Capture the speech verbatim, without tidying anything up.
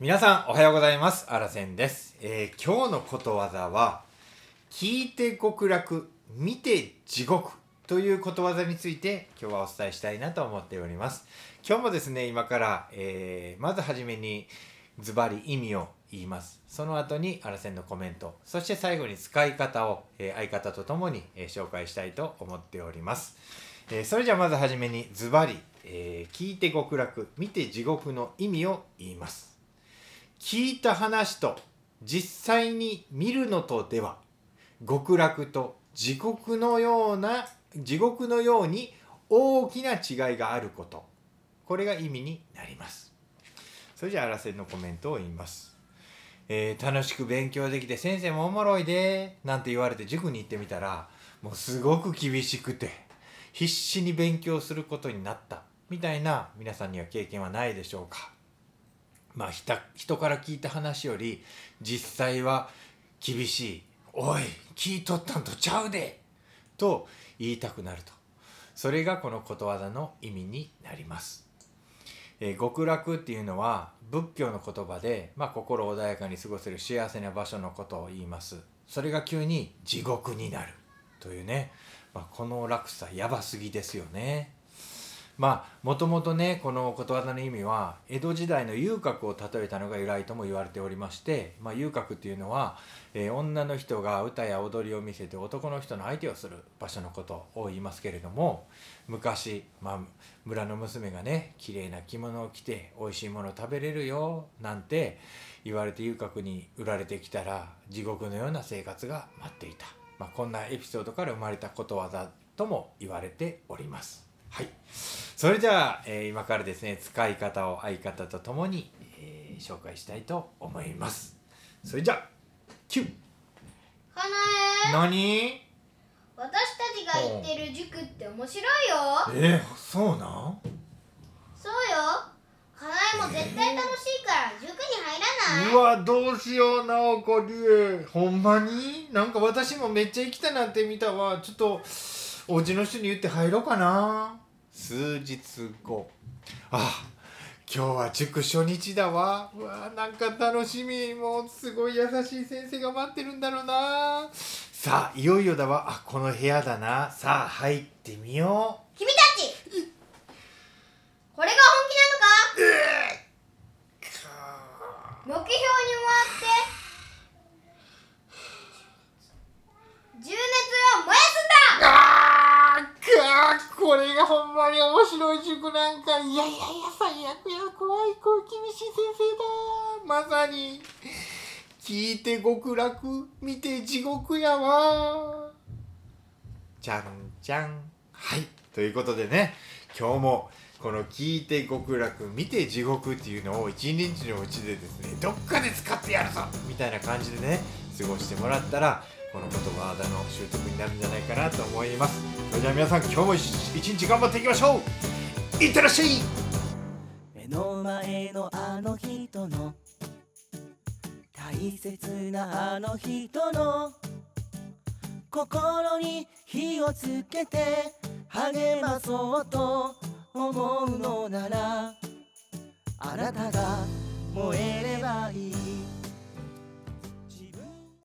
皆さんおはようございます。あらせんです、えー、今日のことわざは聞いて極楽見て地獄ということわざについて今日はお伝えしたいなと思っております。今日もですね今から、えー、まずはじめにズバリ意味を言います。その後にあらせんのコメント、そして最後に使い方を、えー、相方とともに、えー、紹介したいと思っております。えー、それじゃあまずはじめにズバリ、えー、聞いて極楽見て地獄の意味を言います。聞いた話と実際に見るのとでは極楽と地獄のような地獄のように大きな違いがあること、これが意味になります。それじゃああらせんのコメントを言います。えー、楽しく勉強できて先生もおもろいでなんて言われて塾に行ってみたらもうすごく厳しくて必死に勉強することになったみたいな皆さんには経験はないでしょうか。まあ、人から聞いた話より実際は厳しい、おい聞いとったんとちゃうでと言いたくなると、それがこのことわざの意味になります。えー、極楽っていうのは仏教の言葉で、まあ、心穏やかに過ごせる幸せな場所のことを言います。それが急に地獄になるというね、まあ、この落差やばすぎですよね。まあもともとねこのことわざの意味は江戸時代の遊郭を例えたのが由来とも言われておりまして、まあ、遊郭っていうのは、えー、女の人が歌や踊りを見せて男の人の相手をする場所のことを言いますけれども、昔、まあ、村の娘がね綺麗な着物を着て美味しいもの食べれるよなんて言われて遊郭に売られてきたら地獄のような生活が待っていた、まあ、こんなエピソードから生まれたことわざとも言われております。はい、それじゃあ、えー、今からですね使い方を相方とともに、えー、紹介したいと思います。それじゃあキュッかなえ、 何？ 私たちが行ってる塾って面白いよ。 えー、そうなん？ そうよ。かなえも絶対楽しいから塾に入らない？ うわどうしようなおこりえ、ほんまになんか私もめっちゃ行きたなってみたわ。ちょっとお家の人に言って入ろうかな。数日後、あ今日は塾初日だわ。うわなんか楽しみ。もうすごい優しい先生が待ってるんだろうな。さあいよいよだわ。あこの部屋だな。さあ入ってみよう。 君たちこれが本気なのか？目標に終わって情熱を燃やすんだ。 あーこれがほんまに面白い塾なんか。いやいやいや最悪や。怖い怖い厳しい先生だ。まさに聞いて極楽見て地獄やわ。じゃんじゃん。はいということでね今日もこの聞いて極楽見て地獄っていうのを一日のうちでですねどっかで使ってやるぞみたいな感じでね過ごしてもらったらこの言葉の習得になるんじゃないかなと思います。それでは皆さん今日も一日頑張っていきましょう。いってらっしゃい。 目の前のあの人の大切なあの人の心に火をつけて励まそうと思うのならあなたが燃えればいい。